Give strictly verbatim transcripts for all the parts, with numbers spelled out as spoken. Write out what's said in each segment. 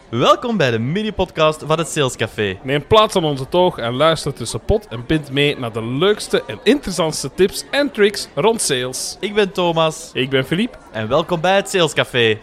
Welkom bij de mini-podcast van het Sales Café. Neem plaats aan onze toog en luister tussen pot en pint mee naar de leukste en interessantste tips en tricks rond sales. Ik ben Thomas. Ik ben Philippe. En welkom bij het Sales Café.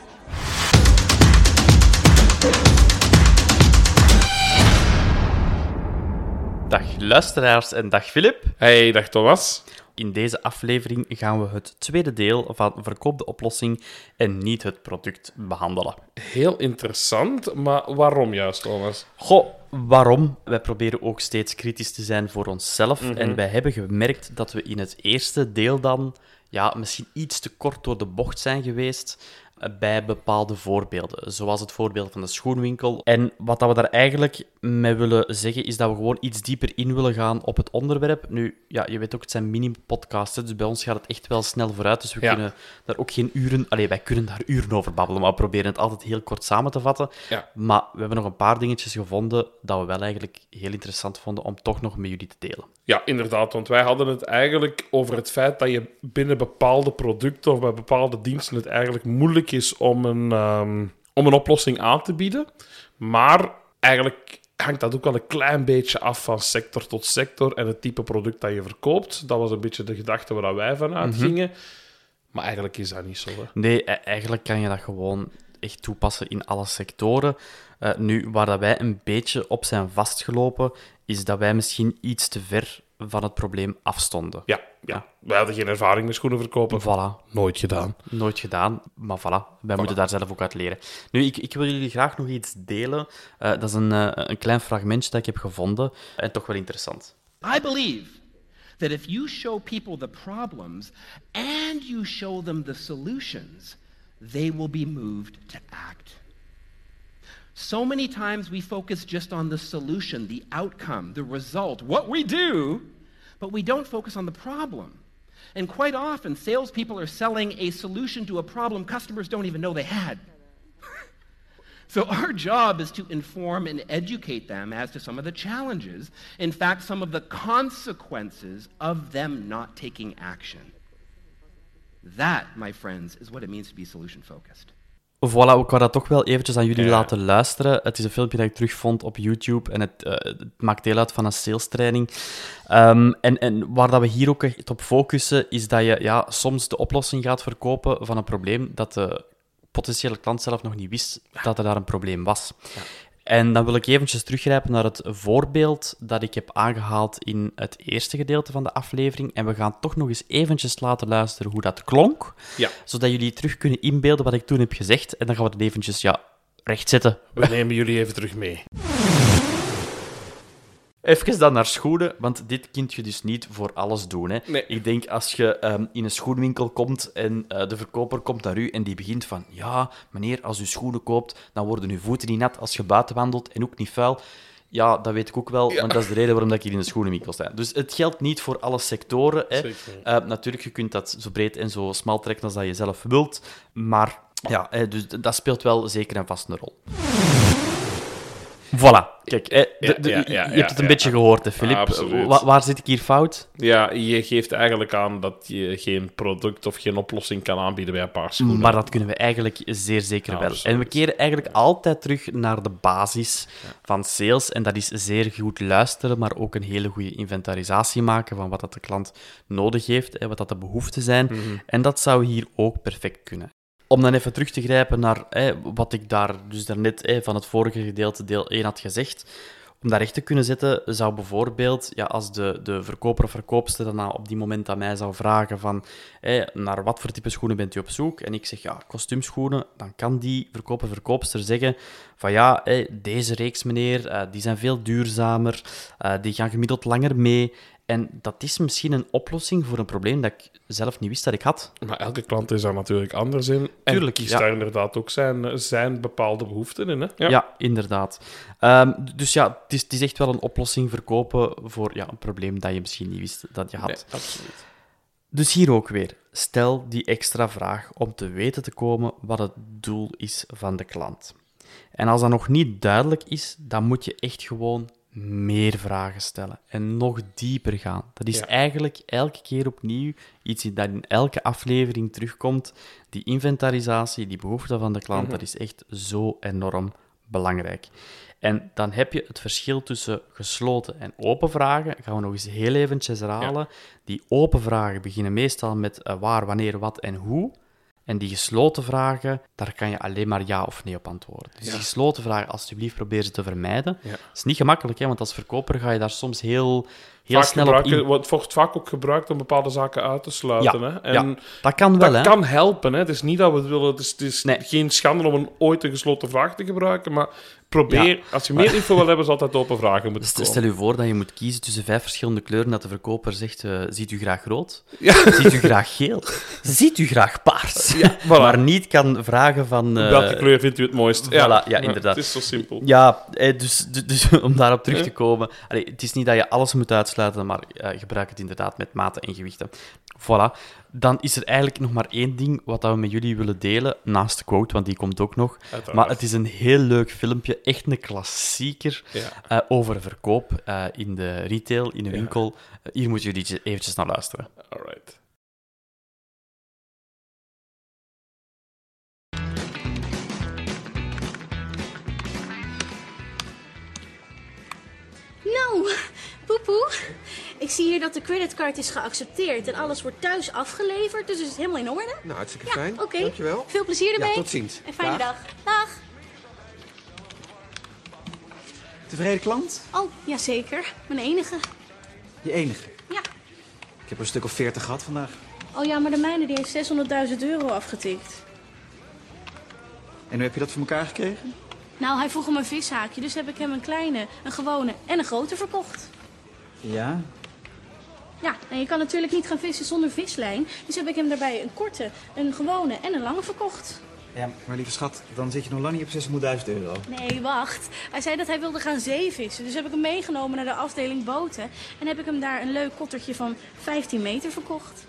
Dag luisteraars en dag Filip. Hey, dag Thomas. In deze aflevering gaan we het tweede deel van Verkoop de oplossing en niet het product behandelen. Heel interessant, maar waarom juist, Thomas? Goh, waarom? Wij proberen ook steeds kritisch te zijn voor onszelf. Mm-hmm. En wij hebben gemerkt dat we in het eerste deel dan ja, misschien iets te kort door de bocht zijn geweest bij bepaalde voorbeelden, zoals het voorbeeld van de schoenwinkel. En wat dat we daar eigenlijk mee willen zeggen, is dat we gewoon iets dieper in willen gaan op het onderwerp. Nu, ja, je weet ook, het zijn mini-podcasts, dus bij ons gaat het echt wel snel vooruit, dus we Ja. kunnen daar ook geen uren... Allee, wij kunnen daar uren over babbelen, maar we proberen het altijd heel kort samen te vatten. Ja. Maar we hebben nog een paar dingetjes gevonden dat we wel eigenlijk heel interessant vonden om toch nog met jullie te delen. Ja, inderdaad, want wij hadden het eigenlijk over het feit dat je binnen bepaalde producten of bij bepaalde diensten het eigenlijk moeilijk is om een, um, om een oplossing aan te bieden. Maar eigenlijk hangt dat ook wel een klein beetje af van sector tot sector en het type product dat je verkoopt. Dat was een beetje de gedachte waar wij van uitgingen. Mm-hmm. Maar eigenlijk is dat niet zo, hè? Nee, e- eigenlijk kan je dat gewoon echt toepassen in alle sectoren. Uh, nu, waar dat wij een beetje op zijn vastgelopen, is dat wij misschien iets te ver van het probleem afstonden. Ja, ja. Wij hadden geen ervaring met schoenen verkopen. Voilà. Nooit gedaan. Nooit gedaan, maar voilà. Wij Voilà. moeten daar zelf ook uit leren. Nu, ik, ik wil jullie graag nog iets delen. Uh, dat is een, uh, een klein fragmentje dat ik heb gevonden. En toch wel interessant. I believe that if you show people the problems and you show them the solutions, they will be moved to act. So many times we focus just on the solution, the outcome, the result, what we do, but we don't focus on the problem. And quite often, salespeople are selling a solution to a problem customers don't even know they had. So our job is to inform and educate them as to some of the challenges, in fact, some of the consequences of them not taking action. That, my friends, is what it means to be solution-focused. Voilà, ik wou dat toch wel eventjes aan jullie Ja. laten luisteren. Het is een filmpje dat ik terugvond op YouTube en het, uh, het maakt deel uit van een sales training. Um, en, en waar dat we hier ook echt op focussen, is dat je ja, soms de oplossing gaat verkopen van een probleem dat de potentiële klant zelf nog niet wist dat er daar een probleem was. Ja. En dan wil ik eventjes teruggrijpen naar het voorbeeld dat ik heb aangehaald in het eerste gedeelte van de aflevering. En we gaan toch nog eens eventjes laten luisteren hoe dat klonk, Ja. zodat jullie terug kunnen inbeelden wat ik toen heb gezegd. En dan gaan we het eventjes ja, rechtzetten. We nemen jullie even terug mee. Even dan naar schoenen, want dit kun je dus niet voor alles doen. Hè. Nee. Ik denk, als je um, in een schoenwinkel komt en uh, de verkoper komt naar u en die begint van ja, meneer, als u schoenen koopt, dan worden uw voeten niet nat als je buiten wandelt en ook niet vuil. Ja, dat weet ik ook wel, Ja. want dat is de reden waarom ik hier in de schoenenwinkel sta. Dus het geldt niet voor alle sectoren. Hè. Uh, natuurlijk, je kunt dat zo breed en zo smal trekken als dat je zelf wilt, maar ja, hè, dus dat speelt wel zeker en vast een rol. Voilà. Kijk, hè, de, de, Ja, ja, ja, je hebt ja, het een ja. beetje gehoord, hè, Filip. Absoluut. Wa- waar zit ik hier fout? Ja, je geeft eigenlijk aan dat je geen product of geen oplossing kan aanbieden bij een paar schoenen. Maar dat kunnen we eigenlijk zeer zeker Ja, wel. absoluut. En we keren eigenlijk altijd terug naar de basis van sales. En dat is zeer goed luisteren, maar ook een hele goede inventarisatie maken van wat dat de klant nodig heeft en wat dat de behoeften zijn. Mm-hmm. En dat zou hier ook perfect kunnen. Om dan even terug te grijpen naar hè, wat ik daar dus daarnet hè, van het vorige gedeelte, deel één, had gezegd. Om dat recht te kunnen zetten, zou bijvoorbeeld, ja, als de, de verkoper of verkoopster dan op die moment aan mij zou vragen van hè, naar wat voor type schoenen bent u op zoek? En ik zeg, ja, kostuumschoenen. Dan kan die verkoper verkoopster zeggen van ja, hè, deze reeks, meneer, uh, die zijn veel duurzamer, uh, die gaan gemiddeld langer mee. En dat is misschien een oplossing voor een probleem dat ik zelf niet wist dat ik had. Maar elke klant is daar natuurlijk anders in. Tuurlijk, en kiest ja. daar inderdaad ook zijn, zijn bepaalde behoeften in. Hè? Ja, inderdaad. Um, dus ja, het is, het is echt wel een oplossing verkopen voor ja, een probleem dat je misschien niet wist dat je had. Nee, absoluut. Dus hier ook weer, stel die extra vraag om te weten te komen wat het doel is van de klant. En als dat nog niet duidelijk is, dan moet je echt gewoon meer vragen stellen en nog dieper gaan. Dat is Ja. eigenlijk elke keer opnieuw iets dat in elke aflevering terugkomt. Die inventarisatie, die behoefte van de klant, Mm-hmm. dat is echt zo enorm belangrijk. En dan heb je het verschil tussen gesloten en open vragen. Gaan we nog eens heel eventjes herhalen. Ja. Die open vragen beginnen meestal met uh, waar, wanneer, wat en hoe. En die gesloten vragen, daar kan je alleen maar ja of nee op antwoorden. Dus ja. die gesloten vragen, alsjeblieft, probeer ze te vermijden. Ja. Dat is niet gemakkelijk, hè, want als verkoper ga je daar soms heel, heel vaak snel op in. Het wordt vaak ook gebruikt om bepaalde zaken uit te sluiten. Ja, hè? En ja dat kan wel. Dat hè? kan helpen. Hè? Het is niet dat we het willen. Het is, het is nee. geen schande om een, ooit een gesloten vraag te gebruiken, maar probeer, ja. als je meer info wil hebben, zal altijd open vragen moeten komen. Stel je voor dat je moet kiezen tussen vijf verschillende kleuren, dat de verkoper zegt, uh, ziet u graag rood? Ja. Ziet u graag geel? Ziet u graag paars? Ja, voilà. Maar niet kan vragen van... Uh, welke kleur vindt u het mooist? Voilà, ja, ja, inderdaad. Het is zo simpel. Ja, dus, dus, dus om daarop terug te komen... Allee, het is niet dat je alles moet uitsluiten, maar uh, gebruik het inderdaad met maten en gewichten. Voilà. Dan is er eigenlijk nog maar één ding wat we met jullie willen delen, naast de quote, want die komt ook nog. Uiteraard. Maar het is een heel leuk filmpje, echt een klassieker, ja. uh, over verkoop uh, in de retail, in de ja. winkel. Uh, hier moeten jullie eventjes naar luisteren. Alright. Nou, poepoe. Ik zie hier dat de creditcard is geaccepteerd en alles wordt thuis afgeleverd, dus het is helemaal in orde. Nou, hartstikke ja, fijn. Oké. Okay. Dankjewel. Veel plezier ermee. Ja, tot ziens. En fijne dag. dag. Dag. Tevreden klant? Oh, jazeker. Mijn enige. Je enige? Ja. Ik heb er een stuk of veertig gehad vandaag. Oh ja, maar de mijne die heeft zeshonderdduizend euro afgetikt. En hoe heb je dat voor elkaar gekregen? Nou, hij vroeg om een vishaakje, dus heb ik hem een kleine, een gewone en een grote verkocht. Ja? Ja, en je kan natuurlijk niet gaan vissen zonder vislijn. Dus heb ik hem daarbij een korte, een gewone en een lange verkocht. Ja, maar lieve schat, dan zit je nog lang niet op zeshonderdduizend euro. Nee, wacht. Hij zei dat hij wilde gaan zeevissen. Dus heb ik hem meegenomen naar de afdeling boten. En heb ik hem daar een leuk kottertje van vijftien meter verkocht.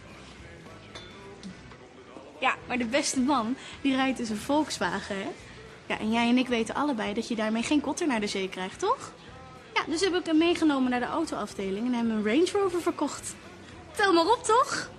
Ja, maar de beste man, die rijdt dus een Volkswagen, hè? Ja, en jij en ik weten allebei dat je daarmee geen kotter naar de zee krijgt, toch? Ja, dus heb ik hem meegenomen naar de autoafdeling en hem een Range Rover verkocht. Tel maar op, toch?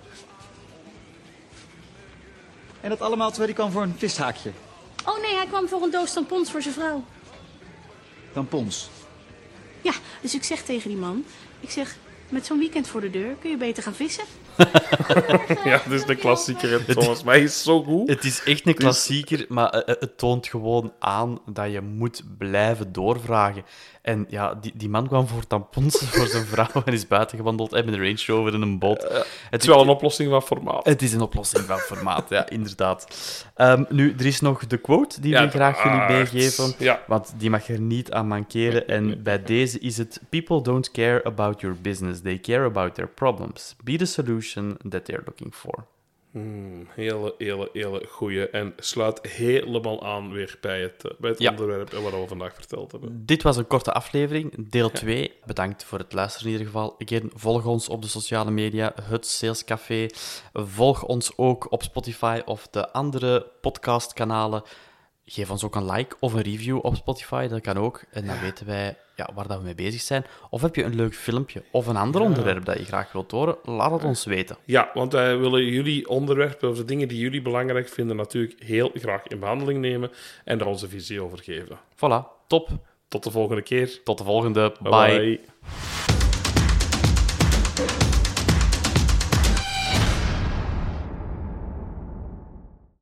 En dat allemaal terwijl hij kwam voor een vishaakje? Oh nee, hij kwam voor een doos tampons voor zijn vrouw. Tampons? Ja, dus ik zeg tegen die man, ik zeg, met zo'n weekend voor de deur kun je beter gaan vissen. Ja, dit is de klassieker, Thomas. Maar hij is zo goed. Het is echt een klassieker, maar uh, het toont gewoon aan dat je moet blijven doorvragen. En ja, die, die man kwam voor tampons voor zijn vrouw en is buiten gewandeld met een Range Rover en een boot. Uh, het is wel een oplossing van formaat. Het is een oplossing van formaat, ja, inderdaad. Um, nu, er is nog de quote die ja, we graag jullie meegeven, ja. want die mag er niet aan mankeren. En bij deze is het: people don't care about your business, they care about their problems. Be the solution that they're looking for. Hmm, hele, hele, hele goeie. En sluit helemaal aan weer bij het, bij het ja. onderwerp wat we vandaag verteld hebben. Dit was een korte aflevering, deel twee. Ja. Bedankt voor het luisteren in ieder geval. Again, volg ons op de sociale media, het Salescafé. Volg ons ook op Spotify of de andere podcastkanalen. Geef ons ook een like of een review op Spotify, dat kan ook. En dan ja. weten wij ja, waar dat we mee bezig zijn. Of heb je een leuk filmpje of een ander ja. onderwerp dat je graag wilt horen, laat het ons weten. Ja, want wij willen jullie onderwerpen of de dingen die jullie belangrijk vinden natuurlijk heel graag in behandeling nemen en er onze visie over geven. Voilà, top. Tot de volgende keer. Tot de volgende. Bye. Bye. Bye.